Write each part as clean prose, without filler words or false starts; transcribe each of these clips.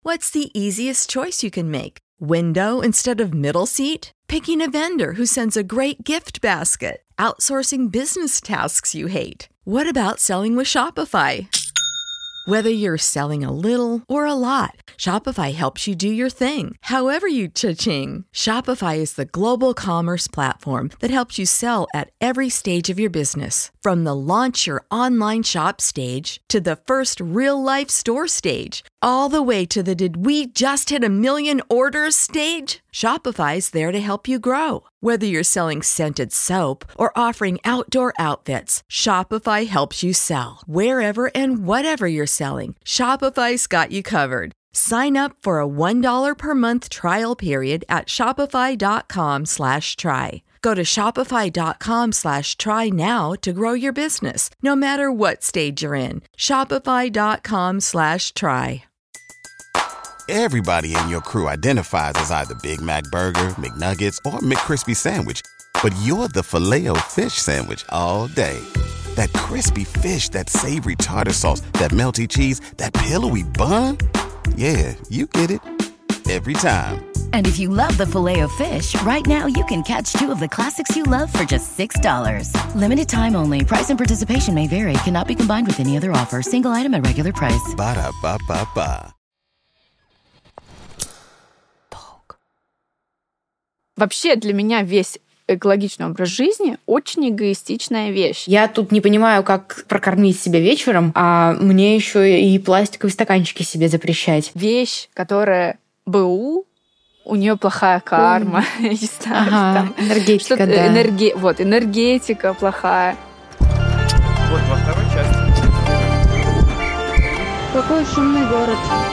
What's the easiest choice you can make? Window instead of middle seat? Picking a vendor who sends a great gift basket? Outsourcing business tasks you hate? What about selling with Shopify? Whether you're selling a little or a lot, Shopify helps you do your thing, however you cha-ching. Shopify is the global commerce platform that helps you sell at every stage of your business. From the launch your online shop stage to the first real-life store stage, all the way to the did we just hit a million orders stage? Shopify's there to help you grow. Whether you're selling scented soap or offering outdoor outfits, Shopify helps you sell. Wherever and whatever you're selling, Shopify's got you covered. Sign up for a $1 per month trial period at shopify.com/try. Go to shopify.com/try now to grow your business, no matter what stage you're in. Shopify.com/try. Everybody in your crew identifies as either Big Mac Burger, McNuggets, or McCrispy Sandwich. But you're the Filet-O-Fish Sandwich all day. That crispy fish, that savory tartar sauce, that melty cheese, that pillowy bun. Yeah, you get it. Every time. And if you love the Filet-O-Fish, right now you can catch two of the classics you love for just $6. Limited time only. Price and participation may vary. Cannot be combined with any other offer. Single item at regular price. Ba-da-ba-ba-ba. Вообще для меня весь экологичный образ жизни очень эгоистичная вещь. Я тут не понимаю, как прокормить себя вечером, а мне еще и пластиковые стаканчики себе запрещать. Вещь, которая БУ, у нее плохая карма. Не знаю, там энергетика, да. Энергетика плохая. Вот во второй части. Какой шумный город.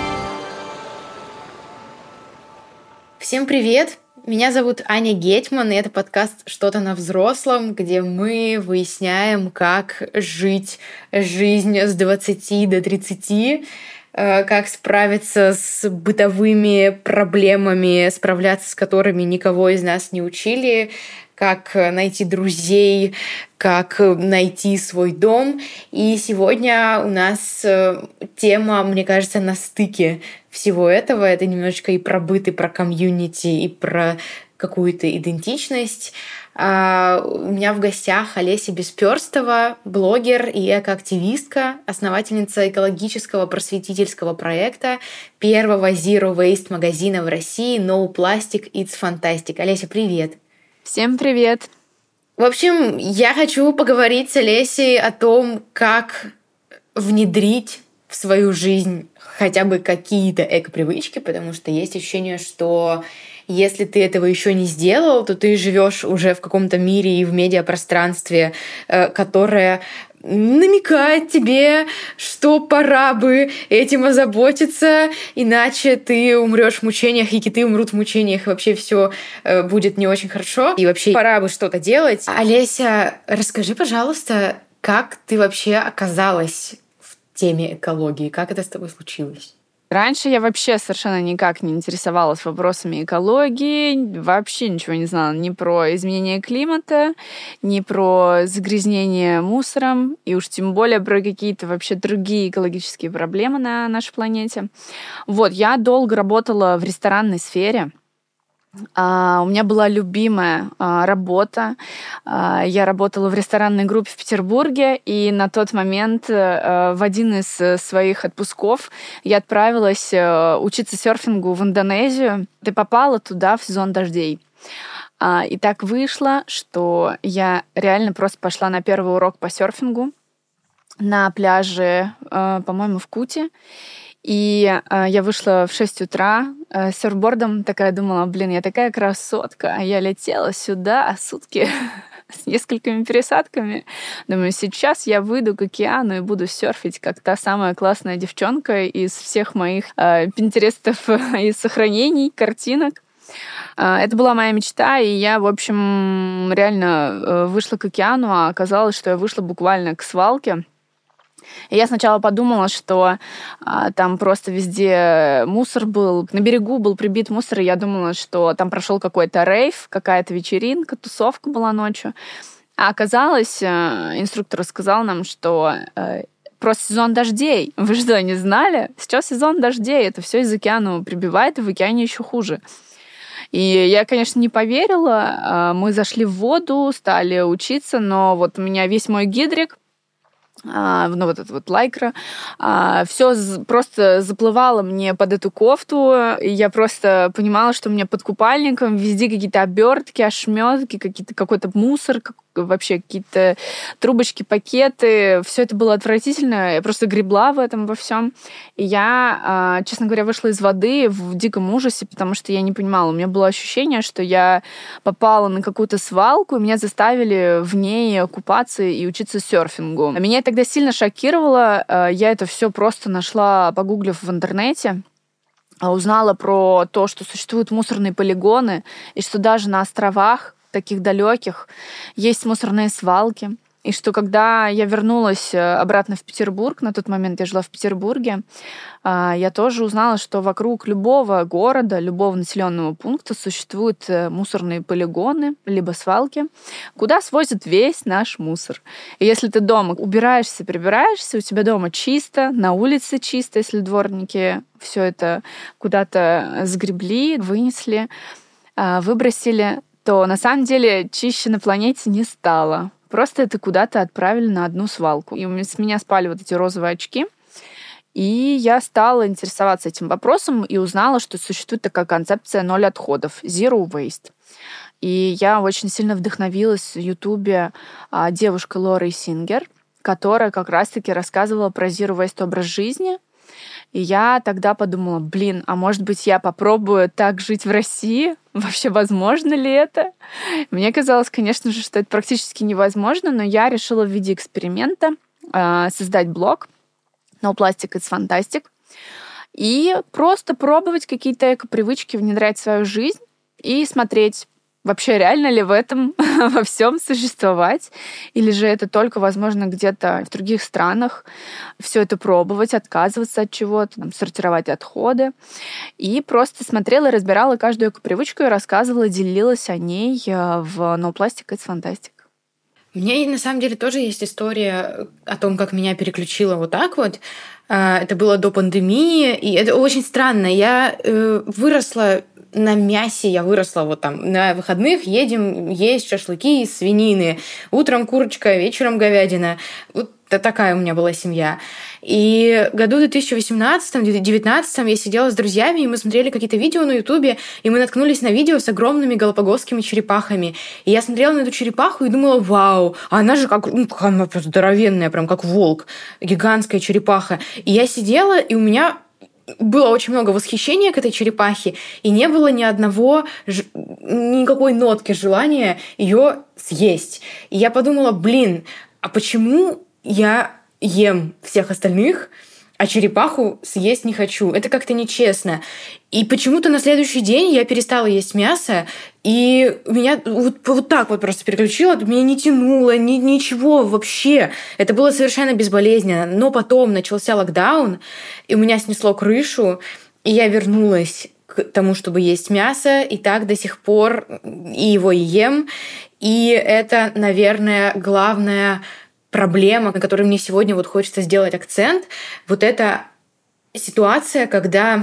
Всем привет! Меня зовут Аня Гетман, и это подкаст «Что-то на взрослом», где мы выясняем, как жить жизнь с 20 до 30, как справиться с бытовыми проблемами, справляться с которыми никого из нас не учили, как найти друзей, как найти свой дом. И сегодня у нас тема, мне кажется, на стыке всего этого. Это немножечко и про быт, и про комьюнити, и про какую-то идентичность. У меня в гостях Олеся Бесперстова, блогер и экоактивистка, основательница экологического просветительского проекта, первого Zero Waste магазина в России No Plastic It's Fantastic. Олеся, привет! Всем привет! В общем, я хочу поговорить с Олесей о том, как внедрить в свою жизнь хотя бы какие-то эко-привычки, потому что есть ощущение, что если ты этого еще не сделал, то ты живешь уже в каком-то мире и в медиапространстве, которое намекает тебе, что пора бы этим озаботиться, иначе ты умрешь в мучениях, и киты умрут в мучениях, и вообще все будет не очень хорошо, и вообще пора бы что-то делать. Олеся, расскажи, пожалуйста, как ты вообще оказалась в теме экологии? Как это с тобой случилось? Раньше я вообще совершенно никак не интересовалась вопросами экологии, вообще ничего не знала ни про изменение климата, ни про загрязнение мусором, и уж тем более про какие-то вообще другие экологические проблемы на нашей планете. Вот, я долго работала в ресторанной сфере. У меня была любимая работа. Я работала в ресторанной группе в Петербурге, и на тот момент в один из своих отпусков я отправилась учиться серфингу в Индонезию. Ты попала туда в сезон дождей. И так вышло, что я реально просто пошла на первый урок по серфингу на пляже, по-моему, в Кути. И я вышла в 6 утра с серфбордом, такая думала, я такая красотка. Я летела сюда сутки с несколькими пересадками. Думаю, сейчас я выйду к океану и буду серфить, как та самая классная девчонка из всех моих пинтерестов и сохранений, картинок. Это была моя мечта, и я, в общем, реально вышла к океану, а оказалось, что я вышла буквально к свалке. И я сначала подумала, что там просто везде мусор был, на берегу был прибит мусор, и я думала, что там прошел какой-то рейв, какая-то вечеринка, тусовка была ночью. А оказалось, инструктор рассказал нам, что просто сезон дождей. Вы что, не знали? Сейчас сезон дождей. Это все из океана прибивает, и в океане еще хуже. И я, конечно, не поверила. Мы зашли в воду, стали учиться, но вот у меня весь мой гидрик, ну, вот это вот лайкра, все просто заплывало мне под эту кофту, и я просто понимала, что у меня под купальником везде какие-то обертки, ошметки, какой-то мусор, вообще какие-то трубочки, пакеты. Все это было отвратительно. Я просто гребла в этом во всем. И я, честно говоря, вышла из воды в диком ужасе, потому что я не понимала. У меня было ощущение, что я попала на какую-то свалку, и меня заставили в ней купаться и учиться серфингу. Меня тогда сильно шокировало. Я это все просто нашла, погуглив в интернете. Узнала про то, что существуют мусорные полигоны, и что даже на островах таких далеких есть мусорные свалки. И что когда я вернулась обратно в Петербург, на тот момент я жила в Петербурге, я тоже узнала, что вокруг любого города, любого населенного пункта существуют мусорные полигоны, либо свалки, куда свозят весь наш мусор. И если ты дома убираешься, прибираешься, у тебя дома чисто, на улице чисто, если дворники все это куда-то сгребли, вынесли, выбросили, то на самом деле чище на планете не стало. Просто это куда-то отправили на одну свалку. И с меня спали вот эти розовые очки. И я стала интересоваться этим вопросом и узнала, что существует такая концепция «ноль отходов» — «zero waste». И я очень сильно вдохновилась в Ютубе девушкой Лорой Сингер, которая как раз-таки рассказывала про zero waste образ жизни. И я тогда подумала, а может быть, я попробую так жить в России? Вообще, возможно ли это? Мне казалось, конечно же, что это практически невозможно, но я решила в виде эксперимента создать блог No Plastic It's Fantastic и просто пробовать какие-то эко-привычки внедрять в свою жизнь и смотреть, вообще реально ли в этом во всем существовать, или же это только возможно где-то в других странах, все это пробовать, отказываться от чего-то, сортировать отходы. И просто смотрела, разбирала каждую эко-привычку и рассказывала, делилась о ней в No Plastic It's Fantastic. У меня на самом деле тоже есть история о том, как меня переключило вот так вот. Это было до пандемии, и это очень странно. Я выросла на мясе, я выросла вот там на выходных, едем есть шашлыки из свинины. Утром курочка, вечером говядина. Вот такая у меня была семья. И году в 2018-2019 я сидела с друзьями, и мы смотрели какие-то видео на Ютубе, и мы наткнулись на видео с огромными галапагосскими черепахами. И я смотрела на эту черепаху и думала, вау, а она же она просто здоровенная, прям как волк, гигантская черепаха. И я сидела, и у меня было очень много восхищения к этой черепахе, и не было никакой нотки желания ее съесть. И я подумала, а почему я ем всех остальных, а черепаху съесть не хочу? Это как-то нечестно. И почему-то на следующий день я перестала есть мясо, и меня вот так вот просто переключило, меня не тянуло, ничего вообще. Это было совершенно безболезненно. Но потом начался локдаун, и у меня снесло крышу, и я вернулась к тому, чтобы есть мясо, и так до сих пор и его и ем. И это, наверное, главная проблема, на которой мне сегодня вот хочется сделать акцент. Вот эта ситуация, когда,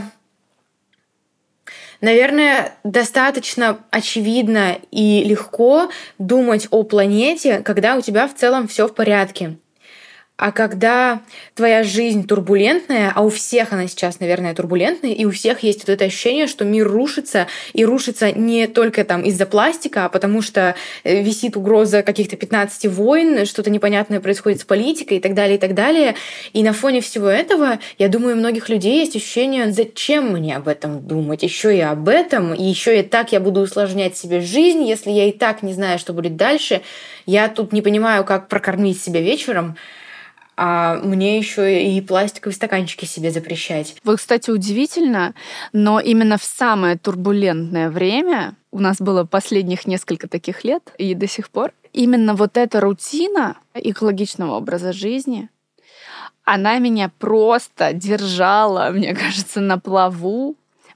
наверное, достаточно очевидно и легко думать о планете, когда у тебя в целом все в порядке. А когда твоя жизнь турбулентная, а у всех она сейчас, наверное, турбулентная, и у всех есть вот это ощущение, что мир рушится, и рушится не только там из-за пластика, а потому что висит угроза каких-то 15 войн, что-то непонятное происходит с политикой и так далее, и так далее. И на фоне всего этого, я думаю, у многих людей есть ощущение, зачем мне об этом думать, еще и об этом, и еще и так я буду усложнять себе жизнь, если я и так не знаю, что будет дальше. Я тут не понимаю, как прокормить себя вечером, а мне еще и пластиковые стаканчики себе запрещать. Вот, кстати, удивительно, но именно в самое турбулентное время, у нас было последних несколько таких лет, и до сих пор, именно вот эта рутина экологичного образа жизни, она меня просто держала, мне кажется, на плаву,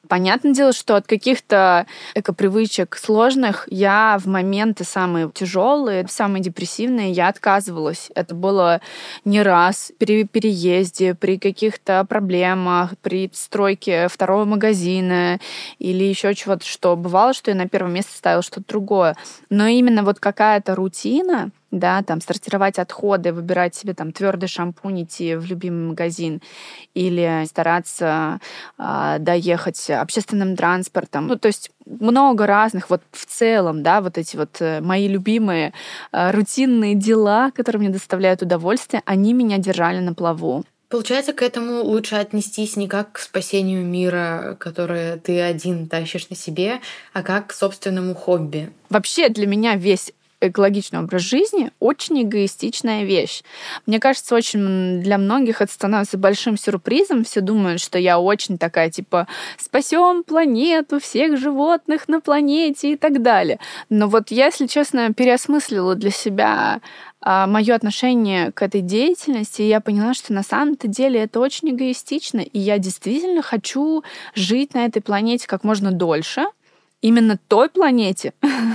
Понятное дело, что от каких-то экопривычек сложных я в моменты самые тяжелые, самые депрессивные, я отказывалась. Это было не раз при переезде, при каких-то проблемах, при стройке второго магазина или еще чего-то, что бывало, что я на первое место ставила что-то другое. Но именно вот какая-то рутина, да, там сортировать отходы, выбирать себе там твердый шампунь, идти в любимый магазин или стараться доехать общественным транспортом. Ну, то есть много разных вот в целом, да, вот эти вот мои любимые рутинные дела, которые мне доставляют удовольствие, они меня держали на плаву. Получается, к этому лучше отнестись не как к спасению мира, которое ты один тащишь на себе, а как к собственному хобби. Вообще для меня весь экологичный образ жизни очень эгоистичная вещь. Мне кажется, очень для многих это становится большим сюрпризом. Все думают, что я очень такая, типа, спасем планету, всех животных на планете и так далее. Но вот я, если честно, переосмыслила для себя мое отношение к этой деятельности, и я поняла, что на самом-то деле это очень эгоистично, и я действительно хочу жить на этой планете как можно дольше, именно той планете,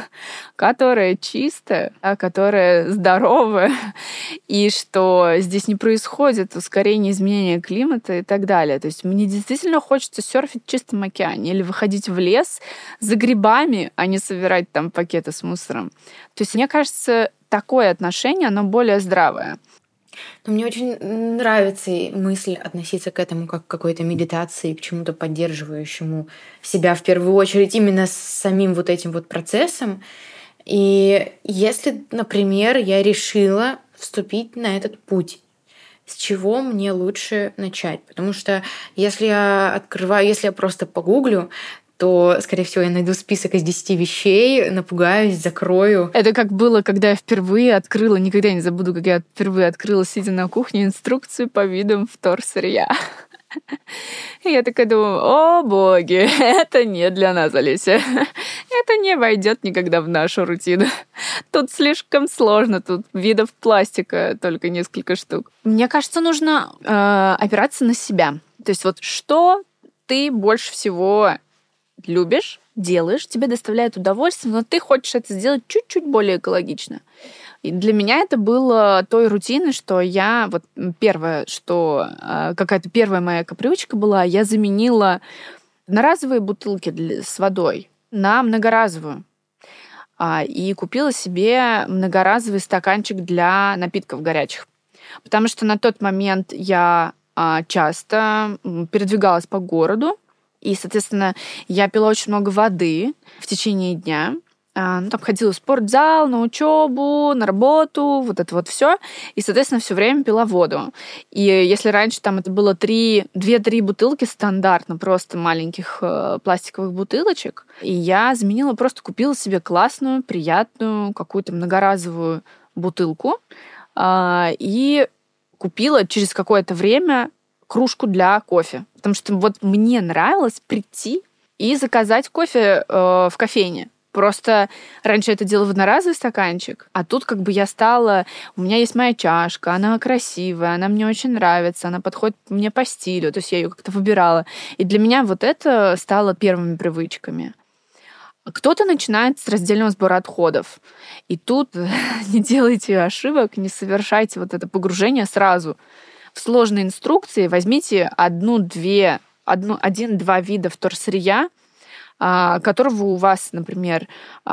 которая чистая, которая здоровая, и что здесь не происходит ускорение изменения климата и так далее. То есть мне действительно хочется серфить в чистом океане или выходить в лес за грибами, а не собирать там пакеты с мусором. То есть мне кажется, такое отношение, оно более здравое. Но мне очень нравится мысль относиться к этому как к какой-то медитации, к чему-то поддерживающему себя в первую очередь именно с самим вот этим вот процессом. И если, например, я решила вступить на этот путь, с чего мне лучше начать? Потому что если я просто погуглю, то, скорее всего, я найду список из 10 вещей, напугаюсь, закрою. Это как было, когда я впервые открыла, никогда не забуду, как я впервые открыла, сидя на кухне, инструкцию по видам вторсырья. И я такая думаю, о боги, это не для нас, Олеся. Это не войдет никогда в нашу рутину. Тут слишком сложно, тут видов пластика только несколько штук. Мне кажется, нужно опираться на себя. То есть вот что ты больше всего любишь, делаешь, тебе доставляет удовольствие, но ты хочешь это сделать чуть-чуть более экологично. И для меня это было той рутиной, что я... Вот первое, что... Какая-то первая моя привычка была, я заменила одноразовые бутылки с водой на многоразовую. И купила себе многоразовый стаканчик для напитков горячих. Потому что на тот момент я часто передвигалась по городу, и, соответственно, я пила очень много воды в течение дня. Там ходила в спортзал, на учебу, на работу, вот это вот все. И, соответственно, все время пила воду. И если раньше там это было 2-3 бутылки стандартно, просто маленьких пластиковых бутылочек, и я заменила, просто купила себе классную, приятную, какую-то многоразовую бутылку и купила через какое-то время кружку для кофе. Потому что вот мне нравилось прийти и заказать кофе в кофейне. Просто раньше это делала в одноразовый стаканчик, а тут как бы я стала... У меня есть моя чашка, она красивая, она мне очень нравится, она подходит мне по стилю, то есть я ее как-то выбирала. И для меня вот это стало первыми привычками. Кто-то начинает с раздельного сбора отходов. И тут не делайте ошибок, не совершайте вот это погружение сразу. В сложной инструкции возьмите 1-2 вида вторсырья, которого у вас, например,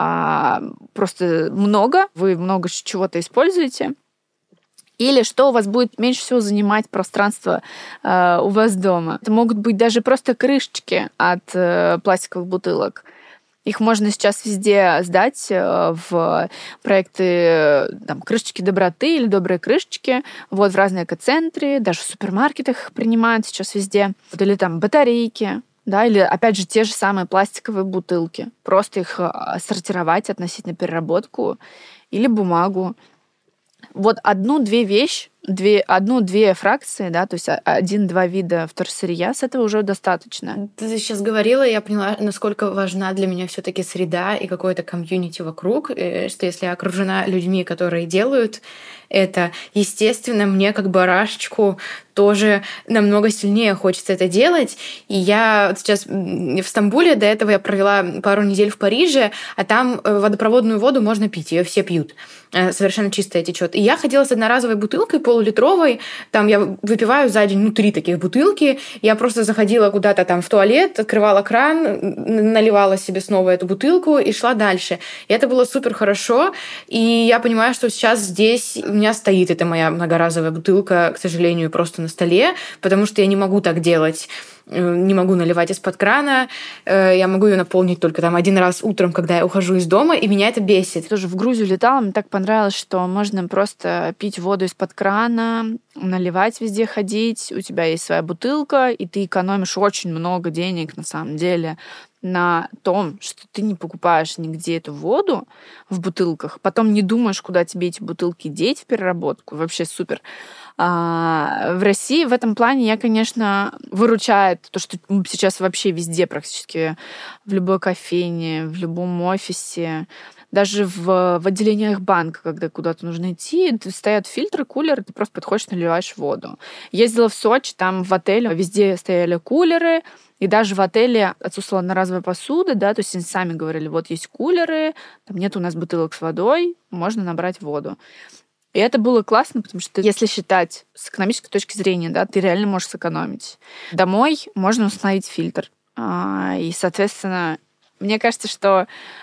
просто много, вы много чего-то используете, или что у вас будет меньше всего занимать пространство у вас дома. Это могут быть даже просто крышечки от пластиковых бутылок. Их можно сейчас везде сдать в проекты там, крышечки доброты или добрые крышечки. Вот в разные экоцентры, даже в супермаркетах их принимают сейчас везде. Или там батарейки, да, или опять же те же самые пластиковые бутылки. Просто их сортировать, относить на переработку или бумагу. Вот 1-2 вещи одну-две фракции, да, то есть 1-2 вида вторсырья, с этого уже достаточно. Ты сейчас говорила, и я поняла, насколько важна для меня все-таки среда и какое-то комьюнити вокруг, что если я окружена людьми, которые делают это, естественно, мне как барашечку тоже намного сильнее хочется это делать. И я сейчас в Стамбуле, до этого я провела пару недель в Париже, а там водопроводную воду можно пить, ее все пьют. Совершенно чистая течет. И я ходила с одноразовой бутылкой, полулитровой, там я выпиваю за день, 3 таких бутылки, я просто заходила куда-то там в туалет, открывала кран, наливала себе снова эту бутылку и шла дальше. И это было супер хорошо, и я понимаю, что сейчас здесь у меня стоит эта моя многоразовая бутылка, к сожалению, просто на столе, потому что я не могу так делать. Не могу наливать из-под крана, я могу ее наполнить только там 1 раз утром, когда я ухожу из дома, и меня это бесит. Я тоже в Грузию летала, мне так понравилось, что можно просто пить воду из-под крана, наливать везде, ходить, у тебя есть своя бутылка, и ты экономишь очень много денег на самом деле на том, что ты не покупаешь нигде эту воду в бутылках, потом не думаешь, куда тебе эти бутылки деть в переработку. Вообще супер. В России в этом плане я, конечно, выручает то, что сейчас вообще везде практически, в любой кофейне, в любом офисе, даже в отделениях банка, когда куда-то нужно идти, стоят фильтры, кулеры, ты просто подходишь, наливаешь воду. Ездила в Сочи, там в отеле везде стояли кулеры, и даже в отеле отсутствовала одноразовая посуда, да, то есть они сами говорили, вот есть кулеры, там нет у нас бутылок с водой, можно набрать воду. И это было классно, потому что если считать с экономической точки зрения, да, ты реально можешь сэкономить. Домой можно установить фильтр. И, соответственно, мне кажется, что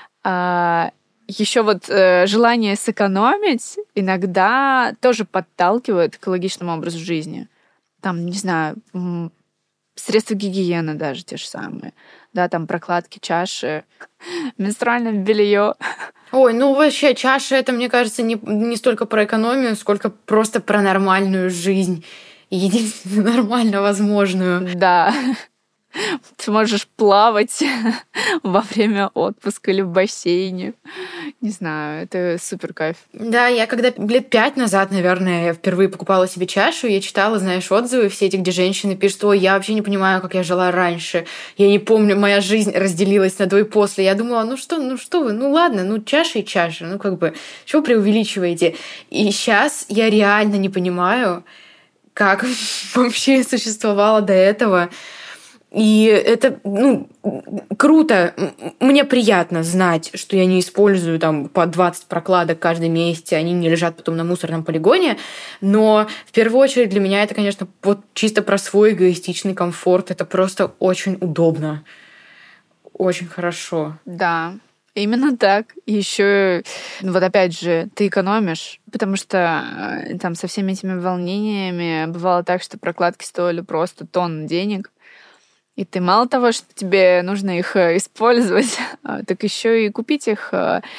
еще вот желание сэкономить иногда тоже подталкивает к экологичному образу жизни. Там, не знаю, средства гигиены даже те же самые. Да, там прокладки, чаши, менструальное белье. Ой, ну вообще чаша, это, мне кажется, не столько про экономию, сколько просто про нормальную жизнь. Единственно нормально возможную. Да. Ты можешь плавать во время отпуска или в бассейне. Не знаю, это супер кайф. Да, я когда 5 лет назад, наверное, я впервые покупала себе чашу, я читала, знаешь, отзывы все эти, где женщины пишут, ой, я вообще не понимаю, как я жила раньше. Я не помню, моя жизнь разделилась на до и после. Я думала, ну что вы, ну ладно, ну чаша и чаша, ну как бы, чего преувеличиваете? И сейчас я реально не понимаю, как вообще существовало до этого. И это, круто. Мне приятно знать, что я не использую там по 20 прокладок каждый месяц, они не лежат потом на мусорном полигоне. Но в первую очередь для меня это, конечно, вот чисто про свой эгоистичный комфорт. Это просто очень удобно. Очень хорошо. Да. Именно так. И еще, вот опять же, ты экономишь, потому что там со всеми этими волнениями бывало так, что прокладки стоили просто тонны денег. И ты мало того, что тебе нужно их использовать, так еще и купить их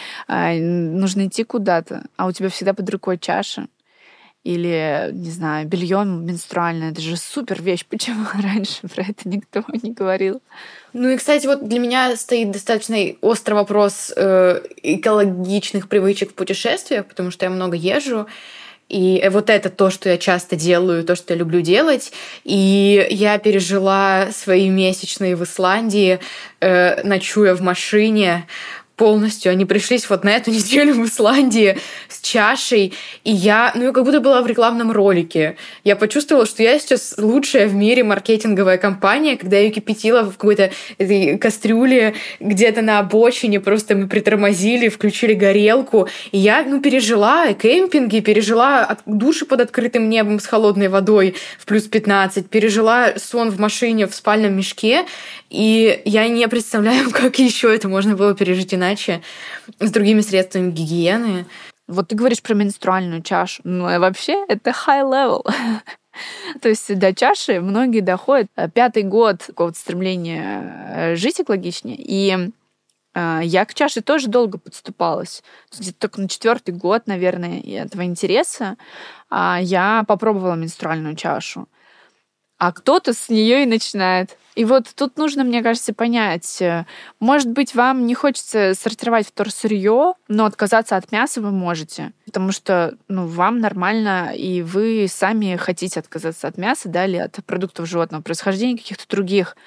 нужно идти куда-то. А у тебя всегда под рукой чаша. Или, не знаю, белье менструальное. Это же супер вещь. Почему раньше про это никто не говорил? Ну и, кстати, вот для меня стоит достаточно острый вопрос экологичных привычек в путешествиях, потому что я много езжу. И вот это то, что я часто делаю, то, что я люблю делать. И я пережила свои месячные в Исландии, ночуя в машине полностью. Они пришлись вот на эту неделю в Исландии с чашей, и я как будто была в рекламном ролике. Я почувствовала, что я сейчас лучшая в мире маркетинговая компания, когда я ее кипятила в какой-то этой кастрюле где-то на обочине, просто мы притормозили, включили горелку, и я пережила кемпинги, пережила души под открытым небом с холодной водой в плюс 15, пережила сон в машине в спальном мешке, и я не представляю, как еще это можно было пережить иначе, с другими средствами гигиены. Вот ты говоришь про менструальную чашу. Вообще это high level. То есть до чаши многие доходят. 5-й год какого-то стремления жить экологичнее. И я к чаше тоже долго подступалась. Где-то только на 4-й год, наверное, этого интереса я попробовала менструальную чашу. А кто-то с нее и начинает. И вот тут нужно, мне кажется, понять, может быть, вам не хочется сортировать вторсырье, но отказаться от мяса вы можете, потому что вам нормально, и вы сами хотите отказаться от мяса, да, или от продуктов животного происхождения, каких-то других.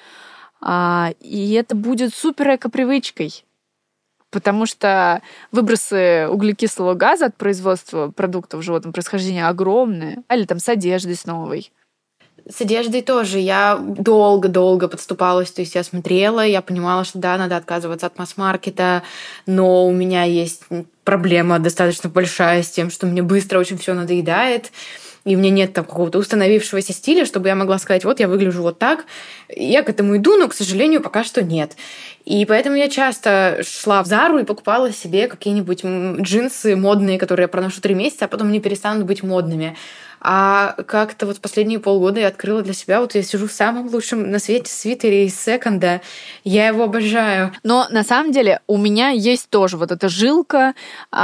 И это будет супер эко-привычкой. Потому что выбросы углекислого газа от производства продуктов животного происхождения огромные. Или там с одеждой с новой. С одеждой тоже. Я долго подступалась. То есть я смотрела, я понимала, что да, надо отказываться от масс-маркета, но у меня есть проблема достаточно большая с тем, что мне быстро очень все надоедает. И у меня нет там какого-то установившегося стиля, чтобы я могла сказать, вот я выгляжу вот так. Я к этому иду, но, к сожалению, пока что нет. И поэтому я часто шла в Зару и покупала себе какие-нибудь джинсы модные, которые я проношу 3 месяца, а потом они перестанут быть модными. А как-то вот последние полгода я открыла для себя, вот я сижу в самом лучшем на свете свитере из секонда, я его обожаю. Но на самом деле у меня есть тоже вот эта жилка,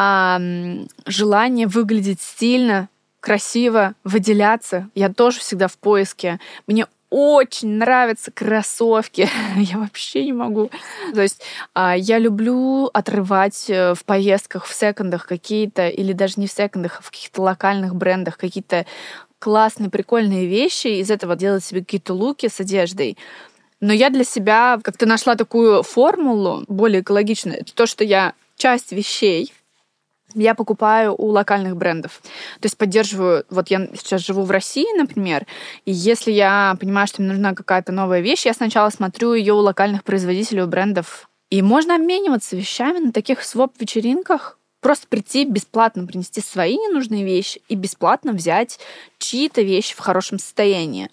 желание выглядеть стильно, красиво, выделяться. Я тоже всегда в поиске. Мне очень нравятся кроссовки. Я вообще не могу. То есть я люблю отрывать в поездках, в секондах какие-то, или даже не в секондах, а в каких-то локальных брендах какие-то классные, прикольные вещи, из этого делать себе какие-то луки с одеждой. Но я для себя как-то нашла такую формулу более экологичную. Это то, что я часть вещей я покупаю у локальных брендов. То есть поддерживаю... Вот я сейчас живу в России, например, и если я понимаю, что мне нужна какая-то новая вещь, я сначала смотрю ее у локальных производителей, у брендов. И можно обмениваться вещами на таких своп-вечеринках. Просто прийти, бесплатно принести свои ненужные вещи и бесплатно взять чьи-то вещи в хорошем состоянии.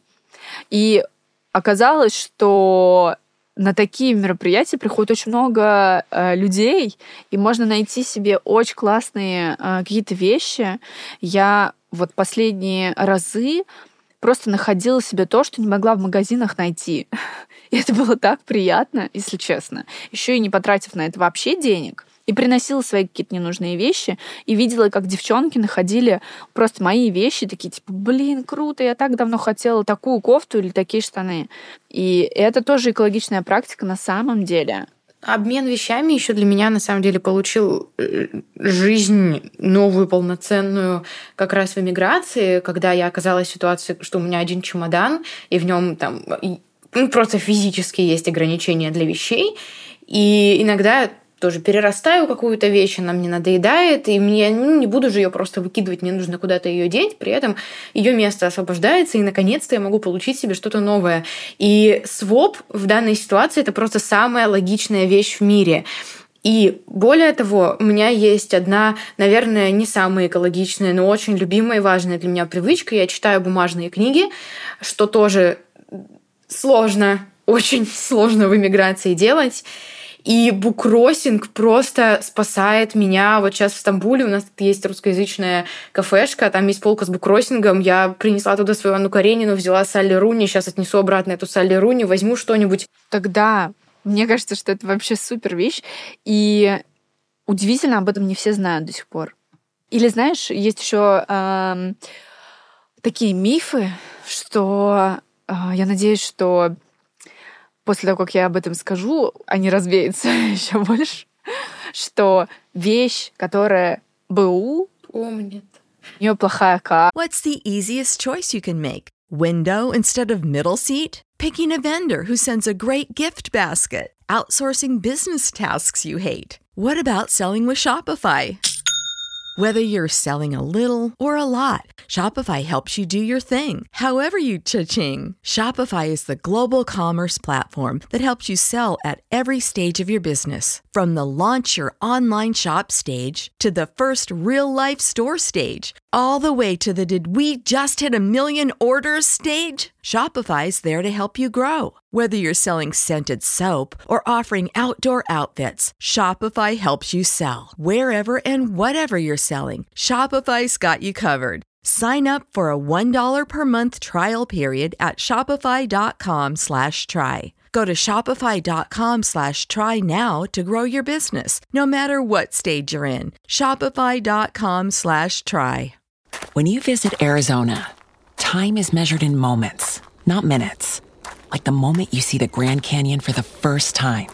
И оказалось, что на такие мероприятия приходит очень много людей, и можно найти себе очень классные какие-то вещи. Я вот последние разы просто находила себе то, что не могла в магазинах найти. И это было так приятно, если честно. Еще и не потратив на это вообще денег. И приносила свои какие-то ненужные вещи, и видела, как девчонки находили просто мои вещи, такие типа, блин, круто, я так давно хотела такую кофту или такие штаны. И это тоже экологичная практика на самом деле. Обмен вещами еще для меня, на самом деле, получил жизнь новую, полноценную как раз в эмиграции, когда я оказалась в ситуации, что у меня один чемодан, и в нем там просто физически есть ограничения для вещей, и иногда тоже перерастаю какую-то вещь, она мне надоедает, и мне не буду же ее просто выкидывать, мне нужно куда-то ее деть, при этом ее место освобождается, и наконец-то я могу получить себе что-то новое. И своп в данной ситуации — это просто самая логичная вещь в мире. И более того, у меня есть одна, наверное, не самая экологичная, но очень любимая и важная для меня привычка. Я читаю бумажные книги, что тоже сложно, очень сложно в эмиграции делать. И буккроссинг просто спасает меня. Вот сейчас в Стамбуле у нас есть русскоязычная кафешка, там есть полка с буккроссингом. Я принесла туда свою Анну Каренину, взяла Салли Руни, сейчас отнесу обратно эту Салли Руни, возьму что-нибудь. Тогда мне кажется, что это вообще супер вещь. И удивительно, об этом не все знают до сих пор. Или, знаешь, есть еще такие мифы, что я надеюсь, что после того, как я об этом скажу, они развеются еще больше, что вещь, которая БУ, помнит, у нее плохая кара. What's the easiest choice you can make? Window instead of middle seat? Picking a vendor who sends a great gift basket? Outsourcing business tasks you hate? What about selling with Shopify? Whether you're selling a little or a lot, Shopify helps you do your thing, however you cha-ching. Shopify is the global commerce platform that helps you sell at every stage of your business. From the launch your online shop stage to the first real-life store stage, all the way to the did we just hit 1 million orders stage. Shopify's there to help you grow. Whether you're selling scented soap or offering outdoor outfits, Shopify helps you sell. Wherever and whatever you're selling, Shopify's got you covered. Sign up for a $1 per month trial period at shopify.com/try. Go to shopify.com/try now to grow your business, no matter what stage you're in. Shopify.com/try. When you visit Arizona, time is measured in moments, not minutes. Like the moment you see the Grand Canyon for the first time.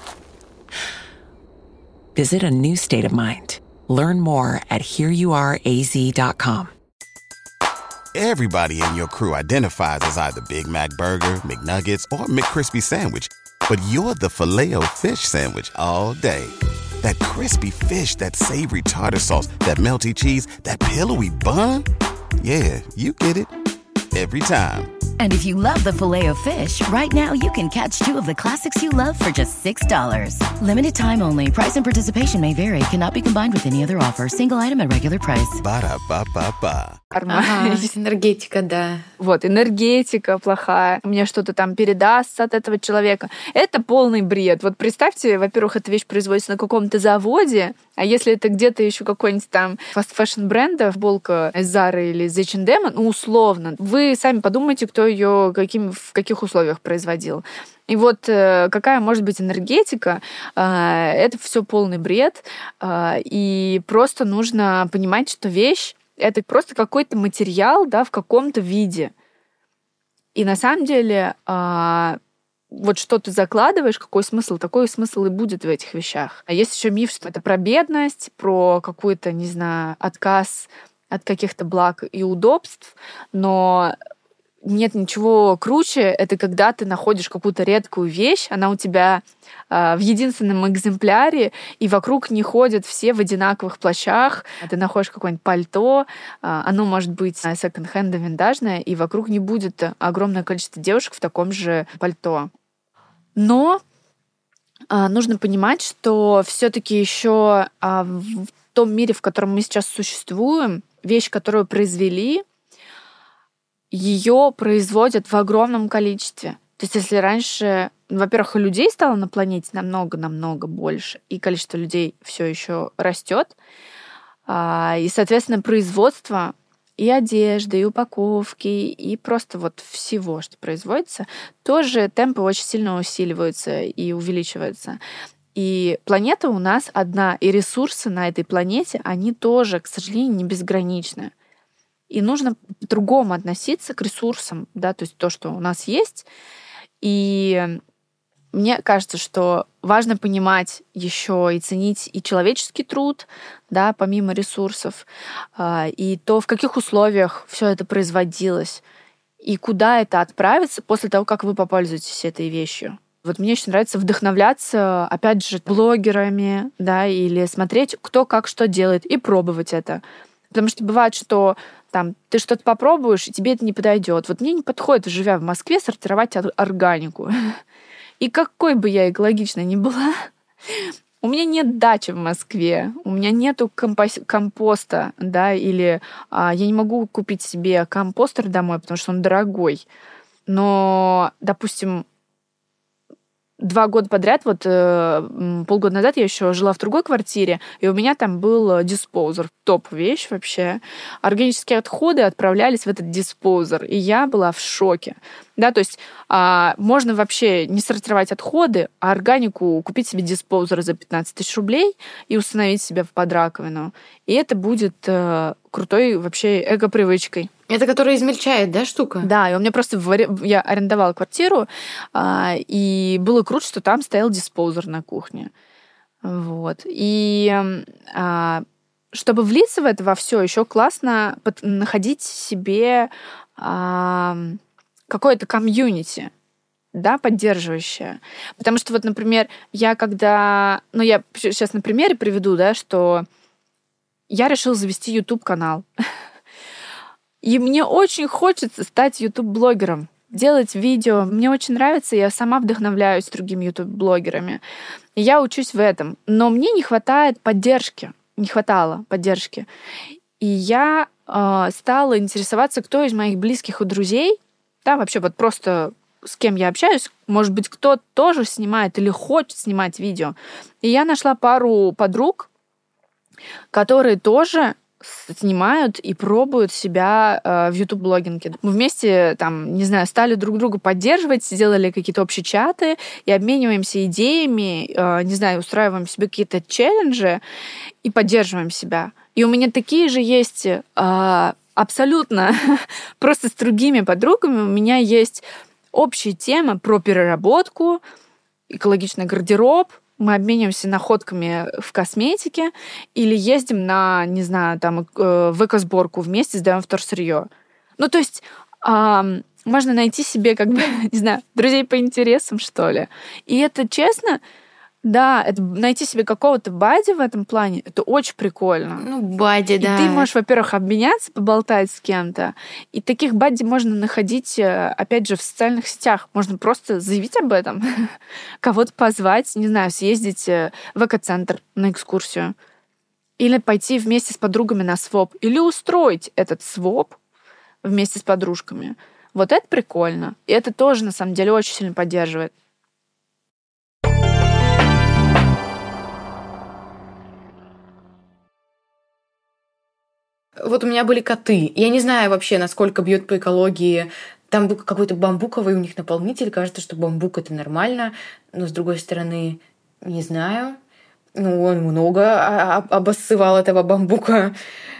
Visit a new state of mind. Learn more at hereyouareaz.com. Everybody in your crew identifies as either Big Mac Burger, McNuggets, or McCrispy Sandwich. But you're the Filet-O-Fish Sandwich all day. That crispy fish, that savory tartar sauce, that melty cheese, that pillowy bun. Yeah, you get it. Every time. And if you love the Filet-O-Fish, right now you can catch 2 of the classics you love for just $6. Limited time only. Price and participation may vary. Cannot be combined with any other offer. Single item at regular price. Ba-da-ba-ba-ba. Ага, энергетика, да. Вот, энергетика плохая, мне что-то там передастся от этого человека. Это полный бред. Вот представьте, во-первых, эта вещь производится на каком-то заводе, а если это где-то еще какой-нибудь там фаст-фэшн бренда, футболка из Zara или из H&M, ну, условно, вы сами подумайте, кто ее в каких условиях производил. И вот какая может быть энергетика, это все полный бред, и просто нужно понимать, что вещь это просто какой-то материал, да, в каком-то виде. И на самом деле вот что ты закладываешь, какой смысл, такой смысл и будет в этих вещах. А есть еще миф, что это про бедность, про какой-то, не знаю, отказ от каких-то благ и удобств, но нет ничего круче, это когда ты находишь какую-то редкую вещь, она у тебя в единственном экземпляре, и вокруг не ходят все в одинаковых плащах. Ты находишь какое-нибудь пальто, оно может быть секонд-хенда, винтажное, и вокруг не будет огромное количество девушек в таком же пальто. Но нужно понимать, что все-таки еще в том мире, в котором мы сейчас существуем, вещь, которую произвели, ее производят в огромном количестве. То есть если раньше, во-первых, людей стало на планете намного-намного больше, и количество людей все еще растет, и, соответственно, производство и одежды, и упаковки, и просто вот всего, что производится, тоже темпы очень сильно усиливаются и увеличиваются. И планета у нас одна, и ресурсы на этой планете, они тоже, к сожалению, не безграничны. И нужно по-другому относиться к ресурсам, да, то есть то, что у нас есть. И мне кажется, что важно понимать еще и ценить и человеческий труд, да, помимо ресурсов, и то, в каких условиях все это производилось, и куда это отправится после того, как вы попользуетесь этой вещью. Вот мне очень нравится вдохновляться, опять же, блогерами, да, или смотреть, кто как что делает, и пробовать это. Потому что бывает, что там, ты что-то попробуешь, и тебе это не подойдет. Вот мне не подходит, живя в Москве, сортировать органику. И какой бы я экологичной ни была, у меня нет дачи в Москве, у меня нету компоста, да, или я не могу купить себе компостер домой, потому что он дорогой. Но, допустим, 2 года подряд, вот полгода назад я еще жила в другой квартире, и у меня там был диспоузер. Топ-вещь вообще. Органические отходы отправлялись в этот диспоузер, и я была в шоке. Да, то есть можно вообще не сортировать отходы, а органику купить себе диспоузер за 15 тысяч рублей и установить себе под раковину. И это будет крутой вообще эко-привычкой. Это которая измельчает, да, штука? Да, и у меня просто... Я арендовала квартиру, и было круто, что там стоял диспоузер на кухне. Вот. И чтобы влиться в это во все, еще классно находить себе какое-то комьюнити, да, поддерживающее. Потому что вот, например, я сейчас на примере приведу, да, что я решила завести YouTube-канал. И мне очень хочется стать YouTube-блогером, делать видео. Мне очень нравится, я сама вдохновляюсь другими YouTube-блогерами. И я учусь в этом. Но мне не хватает поддержки. Не хватало поддержки. И я стала интересоваться, кто из моих близких и друзей, да, вообще вот просто с кем я общаюсь, может быть, кто тоже снимает или хочет снимать видео. И я нашла пару подруг, которые тоже снимают и пробуют себя в YouTube-блогинге. Мы вместе, там, не знаю, стали друг друга поддерживать, сделали какие-то общие чаты и обмениваемся идеями, не знаю, устраиваем себе какие-то челленджи и поддерживаем себя. И у меня такие же есть абсолютно просто с другими подругами. У меня есть общие темы про переработку, экологичный гардероб, мы обмениваемся находками в косметике или ездим на, не знаю, там, в экосборку вместе, сдаем вторсырье. Ну, то есть можно найти себе, как бы, не знаю, друзей по интересам, что ли. И это, честно, да, это найти себе какого-то бадди в этом плане, это очень прикольно. Ну, бадди, да. И ты можешь, во-первых, обменяться, поболтать с кем-то. И таких бадди можно находить, опять же, в социальных сетях. Можно просто заявить об этом, кого-то позвать, не знаю, съездить в экоцентр на экскурсию. Или пойти вместе с подругами на своп. Или устроить этот своп вместе с подружками. Вот это прикольно. И это тоже, на самом деле, очень сильно поддерживает. Вот у меня были коты. Я не знаю вообще, насколько бьет по экологии. Там был какой-то бамбуковый у них наполнитель. Кажется, что бамбук — это нормально. Но, с другой стороны, не знаю. Ну, он много обоссывал этого бамбука.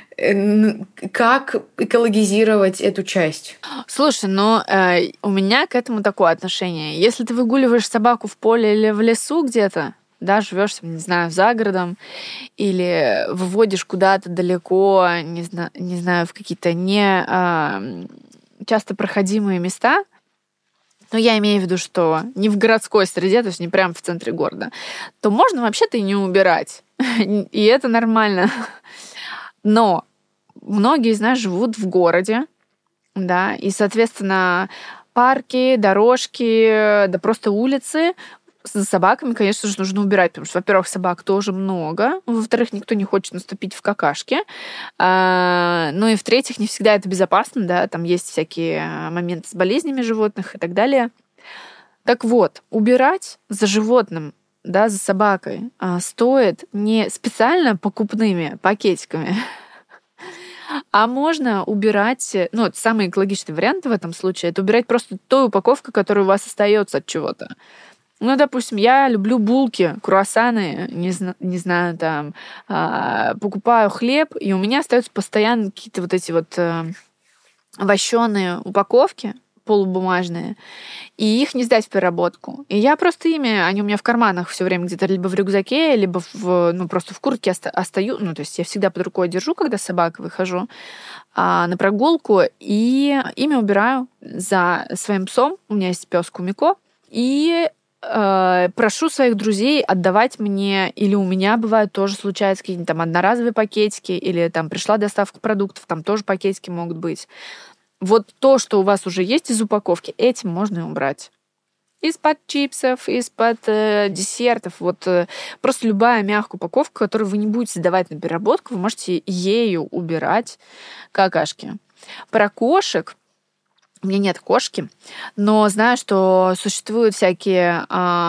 Как экологизировать эту часть? Слушай, ну, у меня к этому такое отношение. Если ты выгуливаешь собаку в поле или в лесу где-то, да, живешь, не знаю, за городом, или выводишь куда-то далеко, не знаю, в какие-то не часто проходимые места, но я имею в виду, что не в городской среде, то есть не прямо в центре города, то можно вообще-то и не убирать. И это нормально. Но многие из нас живут в городе, да, и, соответственно, парки, дорожки, да просто улицы с собаками, конечно же, нужно убирать, потому что, во-первых, собак тоже много, во-вторых, никто не хочет наступить в какашки, ну и, в-третьих, не всегда это безопасно, да, там есть всякие моменты с болезнями животных и так далее. Так вот, убирать за животным, да, за собакой стоит не специально покупными пакетиками, а можно убирать, ну, это самый экологичный вариант в этом случае, это убирать просто той упаковкой, которая у вас остается от чего-то. Ну, допустим, я люблю булки, круассаны, не знаю, там, покупаю хлеб, и у меня остаются постоянно какие-то вот эти вот вощеные упаковки, полубумажные, и их не сдать в переработку. И я просто они у меня в карманах все время где-то либо в рюкзаке, либо просто в куртке остаю. Ну, то есть я всегда под рукой держу, когда с собакой выхожу на прогулку, и ими убираю за своим псом. У меня есть пес Кумико. И прошу своих друзей отдавать мне, или у меня бывают тоже случаются какие-нибудь там одноразовые пакетики, или там пришла доставка продуктов, там тоже пакетики могут быть. Вот то, что у вас уже есть из упаковки, этим можно и убрать. Из-под чипсов, из-под десертов. Вот просто любая мягкая упаковка, которую вы не будете сдавать на переработку, вы можете ею убирать какашки. Про кошек. У меня нет кошки, но знаю, что существуют всякие,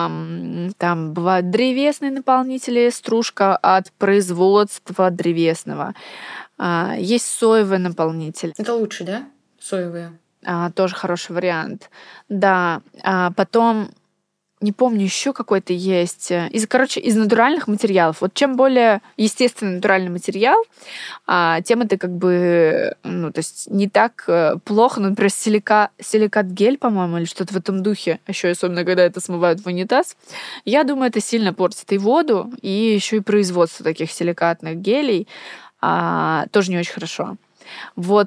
там бывают древесные наполнители, стружка от производства древесного. Есть соевый наполнитель. Это лучше, да? Соевые. Тоже хороший вариант. Да. Потом, не помню, еще какой-то есть. Из натуральных материалов. Вот чем более естественный натуральный материал, тем это как бы, ну, то есть не так плохо. Ну, например, силикат-гель, по-моему, или что-то в этом духе, еще особенно, когда это смывают в унитаз, я думаю, это сильно портит и воду, и еще и производство таких силикатных гелей тоже не очень хорошо. Вот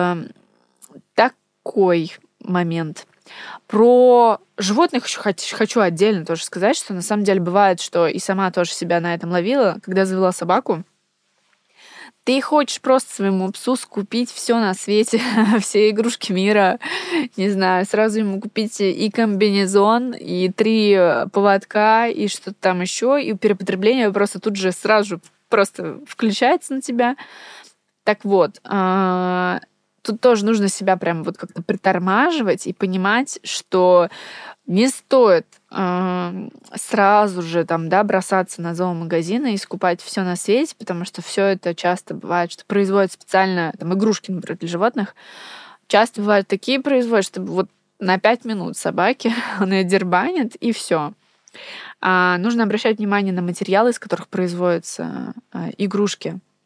такой момент. Про животных еще хочу отдельно тоже сказать, что на самом деле бывает, что и сама тоже себя на этом ловила, когда завела собаку. Ты хочешь просто своему псу скупить все на свете, все игрушки мира, не знаю, сразу ему купить и комбинезон, и 3 поводка, и что-то там еще, и перепотребление просто тут же сразу же просто включается на тебя. Так вот, тут тоже нужно себя прям вот как-то притормаживать и понимать, что не стоит сразу же там, да, бросаться на зоомагазины и скупать все на свете, потому что все это часто бывает, что производят специально там, игрушки, например, для животных. Часто бывают такие производят, что вот на 5 минут собаки он ее дербанит, и все. Нужно обращать внимание на материалы, из которых производятся игрушки.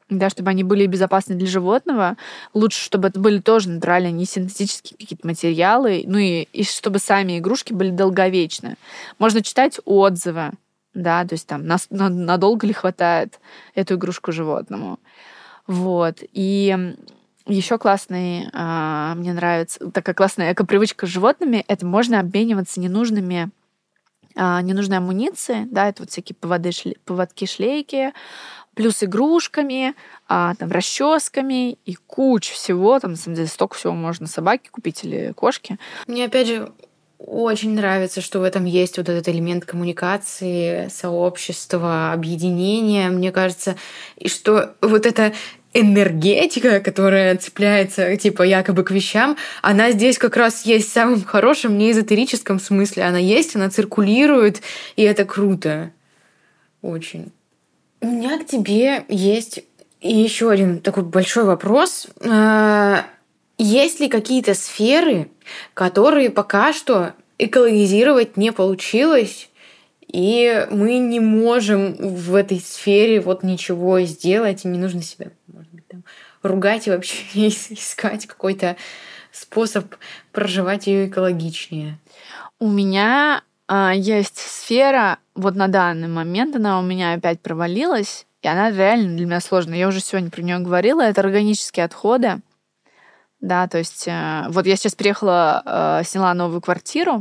да, чтобы они были безопасны для животного. Лучше, чтобы это были тоже натуральные, не синтетические какие-то материалы, ну и чтобы сами игрушки были долговечны. Можно читать отзывы, да, то есть там надолго ли хватает эту игрушку животному. Вот. И еще классный, мне нравится, такая классная эко-привычка с животными, это можно обмениваться ненужной амуницией, да, это вот всякие поводки, шлейки, плюс игрушками, там, расческами и куча всего. Там, на самом деле, столько всего можно собаке купить или кошке. Мне, опять же, очень нравится, что в этом есть вот этот элемент коммуникации, сообщества, объединения. Мне кажется, и что вот эта энергетика, которая цепляется, типа, якобы к вещам, она здесь как раз есть в самом хорошем, не эзотерическом смысле. Она есть, она циркулирует, и это круто. Очень. У меня к тебе есть еще один такой большой вопрос. Есть ли какие-то сферы, которые пока что экологизировать не получилось, и мы не можем в этой сфере вот ничего сделать, и не нужно себя, может быть, там, ругать и вообще искать какой-то способ проживать ее экологичнее? У меня есть сфера, вот на данный момент она у меня опять провалилась, и она реально для меня сложная. Я уже сегодня про нее говорила, это органические отходы. Да, то есть вот я сейчас переехала, сняла новую квартиру,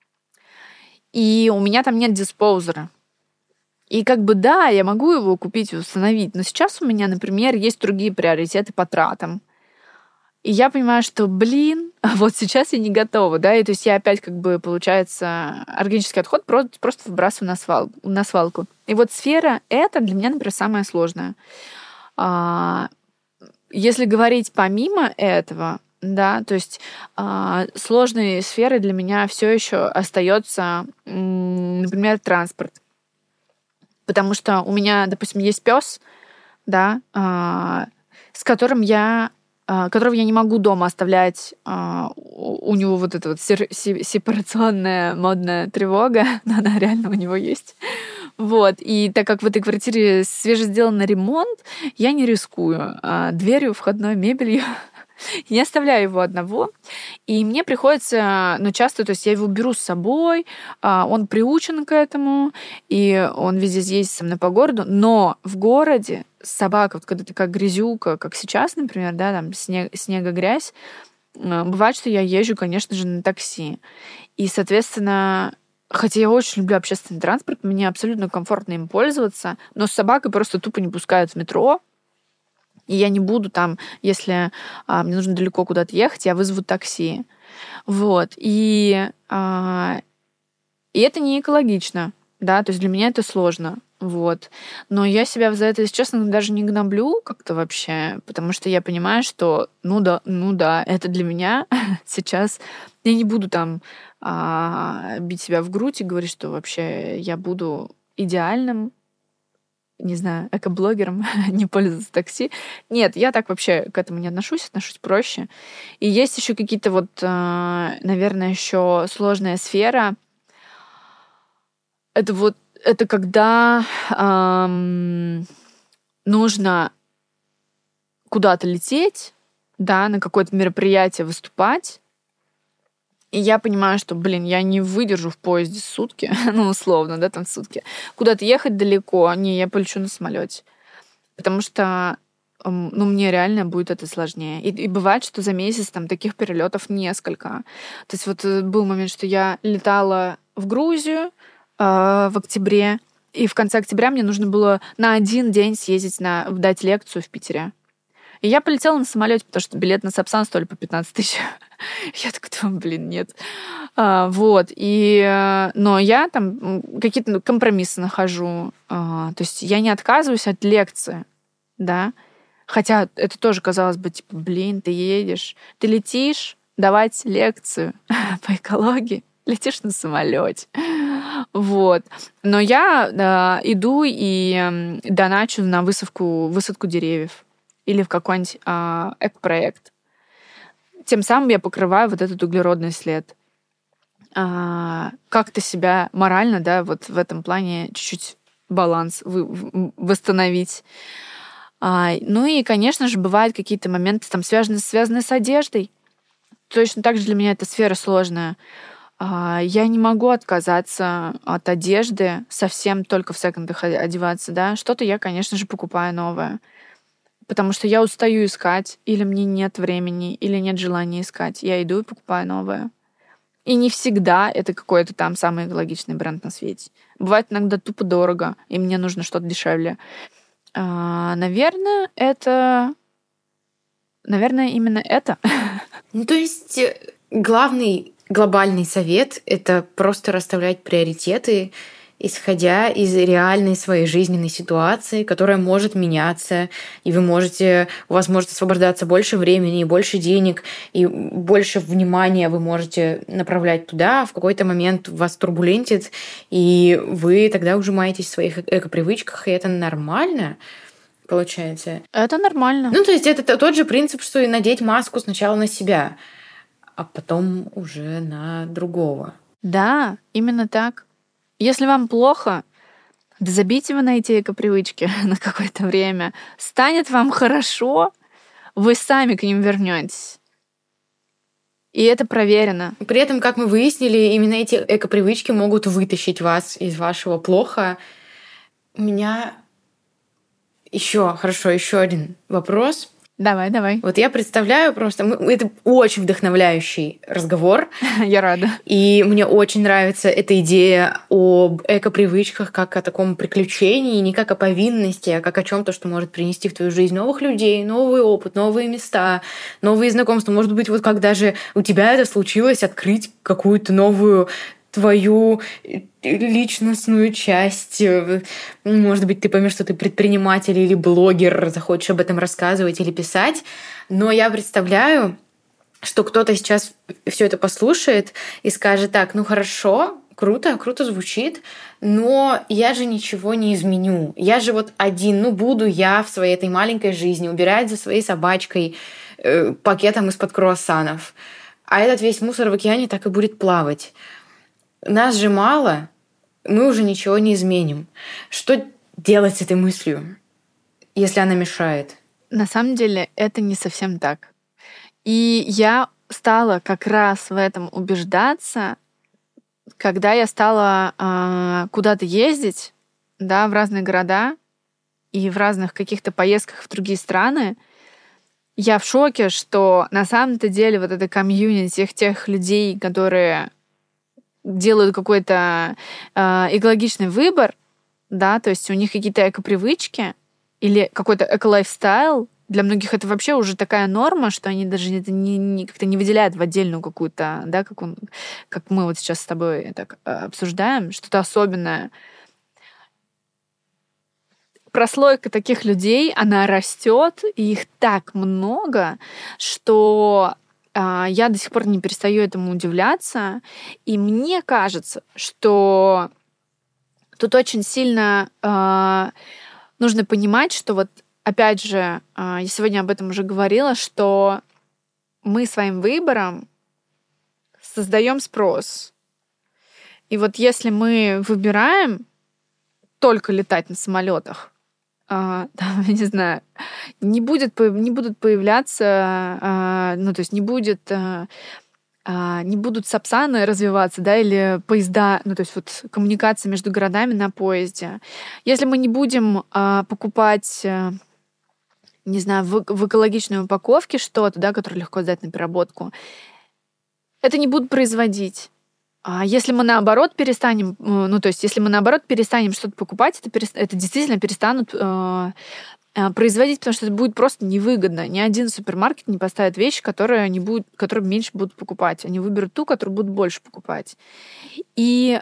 и у меня там нет диспоузера. И как бы да, я могу его купить и установить, но сейчас у меня, например, есть другие приоритеты по тратам. И я понимаю, что, вот сейчас я не готова, да, и то есть я опять как бы, получается, органический отход просто выбрасываю на свалку. И вот сфера эта для меня, например, самая сложная. Если говорить помимо этого, да, то есть сложной сферой для меня все еще остается, например, транспорт. Потому что у меня, допустим, есть пес, да, которого я не могу дома оставлять. У него вот эта вот сепарационная модная тревога, но она реально у него есть. Вот. И так как в этой квартире свежесделанный ремонт, я не рискую дверью, входной мебелью. Не оставляю его одного. И мне приходится, часто, то есть я его беру с собой, он приучен к этому, и он везде ездит со мной по городу, но в городе собака, вот когда такая грязюка, как сейчас, например, да, там снега, грязь, бывает, что я езжу, конечно же, на такси. И, соответственно, хотя я очень люблю общественный транспорт, мне абсолютно комфортно им пользоваться, но с собакой просто тупо не пускают в метро, и я не буду там, если мне нужно далеко куда-то ехать, я вызову такси. Вот. И это не экологично, да, то есть для меня это сложно. Вот. Но я себя за это, если честно, даже не гноблю как-то вообще, потому что я понимаю, что ну да, это для меня сейчас. Я не буду там бить себя в грудь и говорить, что вообще я буду идеальным, не знаю, экоблогером, не пользоваться такси. Нет, я так вообще к этому не отношусь проще. И есть еще какие-то вот, наверное, еще сложная сфера. Это когда нужно куда-то лететь, да, на какое-то мероприятие выступать, и я понимаю, что, я не выдержу в поезде сутки, условно, да, там сутки. Куда-то ехать далеко, я полечу на самолете. Потому что, мне реально будет это сложнее. И бывает, что за месяц там таких перелетов несколько. То есть вот был момент, что я летала в Грузию в октябре, и в конце октября мне нужно было на один день съездить дать лекцию в Питере. И я полетела на самолете, потому что билет на Сапсан стоили по 15 тысяч. Я такая думаю, нет. Вот. Но я там какие-то компромиссы нахожу. То есть я не отказываюсь от лекции, да. Хотя это тоже, казалось бы, типа, ты едешь, ты летишь давать лекцию по экологии, летишь на самолете. Вот. Но я иду и доначу на высадку деревьев или в какой-нибудь экопроект. Тем самым я покрываю вот этот углеродный след. Как-то себя морально, да, вот в этом плане чуть-чуть баланс восстановить. Ну и, конечно же, бывают какие-то моменты, там, связанные с одеждой. Точно так же для меня эта сфера сложная. Я не могу отказаться от одежды, совсем только в секондах одеваться, да. Что-то я, конечно же, покупаю новое. Потому что я устаю искать, или мне нет времени, или нет желания искать. Я иду и покупаю новое. И не всегда это какой-то там самый экологичный бренд на свете. Бывает иногда тупо дорого, и мне нужно что-то дешевле. Наверное, именно это. Ну, то есть главный глобальный совет — это просто расставлять приоритеты, исходя из реальной своей жизненной ситуации, которая может меняться, и у вас может освобождаться больше времени, и больше денег, и больше внимания вы можете направлять туда. В какой-то момент вас турбулентит, и вы тогда ужимаетесь в своих эко-привычках, и это нормально, получается. Это нормально. Ну, то есть это тот же принцип, что и надеть маску сначала на себя, а потом уже на другого. Да, именно так. Если вам плохо, да забейте вы на эти эко-привычки на какое-то время. Станет вам хорошо, вы сами к ним вернетесь. И это проверено. При этом, как мы выяснили, именно эти эко-привычки могут вытащить вас из вашего плохо. У меня еще один вопрос. Давай. Вот я представляю просто... Это очень вдохновляющий разговор. Я рада. И мне очень нравится эта идея об эко-привычках как о таком приключении, не как о повинности, а как о чем-то, что может принести в твою жизнь новых людей, новый опыт, новые места, новые знакомства. Может быть, вот как даже у тебя это случилось, открыть какую-то новую твою личностную часть. Может быть, ты поймешь, что ты предприниматель или блогер, захочешь об этом рассказывать или писать. Но я представляю, что кто-то сейчас все это послушает и скажет: так, ну хорошо, круто звучит, но я же ничего не изменю. Я же вот буду я в своей этой маленькой жизни убирать за своей собачкой пакетом из-под круассанов. А этот весь мусор в океане так и будет плавать. Нас же мало, мы уже ничего не изменим. Что делать с этой мыслью, если она мешает? На самом деле это не совсем так. И я стала как раз в этом убеждаться, когда я стала куда-то ездить, да, в разные города и в разных каких-то поездках в другие страны. Я в шоке, что на самом-то деле вот это комьюнити тех людей, которые делают какой-то экологичный выбор, да, то есть у них какие-то эко-привычки или какой-то эко-лайфстайл. Для многих это вообще уже такая норма, что они даже это как-то не выделяют в отдельную какую-то, да, как мы вот сейчас с тобой так обсуждаем, что-то особенное. Прослойка таких людей, она растет, и их так много, что я до сих пор не перестаю этому удивляться. И мне кажется, что тут очень сильно нужно понимать, что вот, опять же, я сегодня об этом уже говорила, что мы своим выбором создаем спрос. И вот если мы выбираем только летать на самолетах, я не знаю, не будут появляться, ну, то есть не будут сапсаны развиваться, да, или поезда, ну, то есть вот коммуникация между городами на поезде. Если мы не будем покупать, не знаю, в экологичной упаковке что-то, да, которое легко сдать на переработку, это не будут производить. А если мы наоборот перестанем, что-то покупать, это действительно перестанут производить, потому что это будет просто невыгодно. Ни один супермаркет не поставит вещи, которые меньше будут покупать. Они выберут ту, которую будут больше покупать. И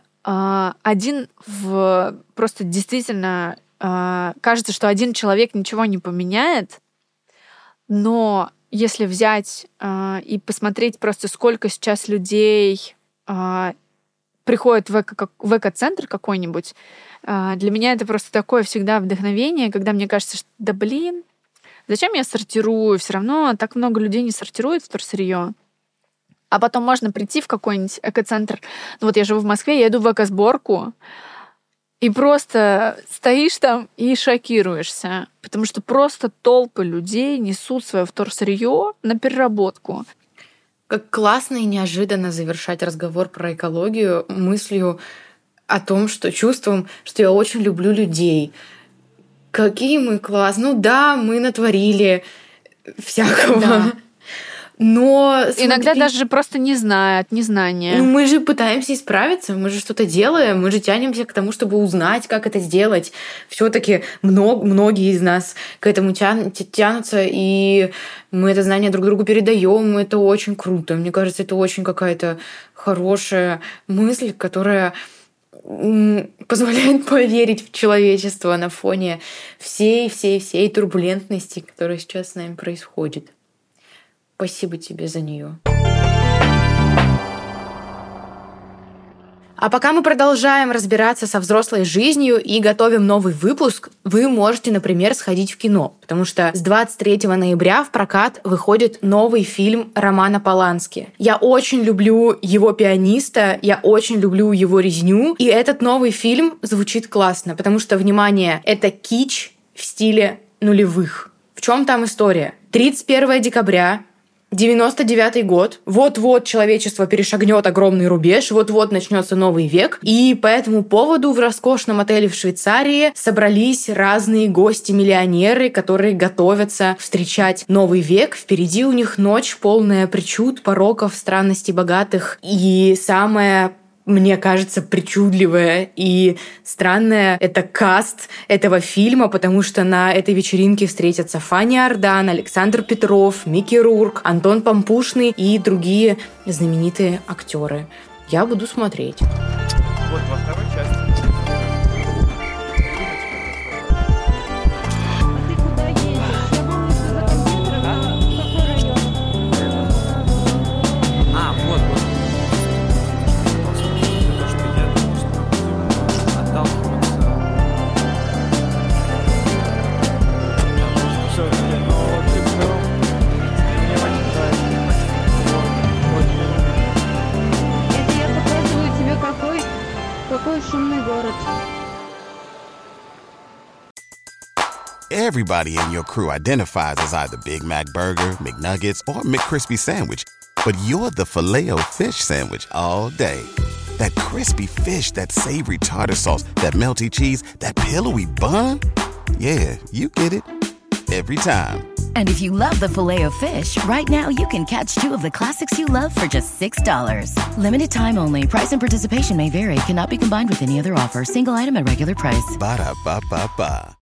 просто действительно кажется, что один человек ничего не поменяет, но если взять и посмотреть просто, сколько сейчас людей приходят в эко-центр какой-нибудь, для меня это просто такое всегда вдохновение, когда мне кажется, что зачем я сортирую? Все равно так много людей не сортируют вторсырье. А потом можно прийти в какой-нибудь эко-центр. Ну вот я живу в Москве, я иду в эко-сборку, И просто стоишь там и шокируешься, потому что просто толпы людей несут свое вторсырье на переработку. Как классно и неожиданно завершать разговор про экологию мыслью о том, что чувством, что я очень люблю людей. Какие мы классные. Ну да, мы натворили всякого. Да. Но иногда даже просто не зная, от незнания. Ну, мы же пытаемся исправиться, мы же что-то делаем, мы же тянемся к тому, чтобы узнать, как это сделать. Все-таки многие из нас к этому тянутся, и мы это знание друг другу передаем. Это очень круто. Мне кажется, это очень какая-то хорошая мысль, которая позволяет поверить в человечество на фоне всей турбулентности, которая сейчас с нами происходит. Спасибо тебе за нее. А пока мы продолжаем разбираться со взрослой жизнью и готовим новый выпуск, вы можете, например, сходить в кино, потому что с 23 ноября в прокат выходит новый фильм Романа Полански. Я очень люблю его «Пианиста», я очень люблю его «Резню», и этот новый фильм звучит классно, потому что, внимание, это кич в стиле нулевых. В чем там история? 31 декабря 99-й год. Вот-вот человечество перешагнет огромный рубеж, вот-вот начнется новый век. И по этому поводу в роскошном отеле в Швейцарии собрались разные гости-миллионеры, которые готовятся встречать новый век. Впереди у них ночь, полная причуд, пороков, странностей богатых. И самое, мне кажется, причудливое и странное — это каст этого фильма, потому что на этой вечеринке встретятся Фаня Ардан, Александр Петров, Микки Рурк, Антон Пампушный и другие знаменитые актеры. Я буду смотреть. Вот во второй части. Everybody in your crew identifies as either Big Mac Burger, McNuggets, or McCrispy Sandwich. But you're the Filet-O-Fish Sandwich all day. That crispy fish, that savory tartar sauce, that melty cheese, that pillowy bun. Yeah, you get it. Every time. And if you love the Filet-O-Fish, right now you can catch two of the classics you love for just $6. Limited time only. Price and participation may vary. Cannot be combined with any other offer. Single item at regular price. Ba-da-ba-ba-ba.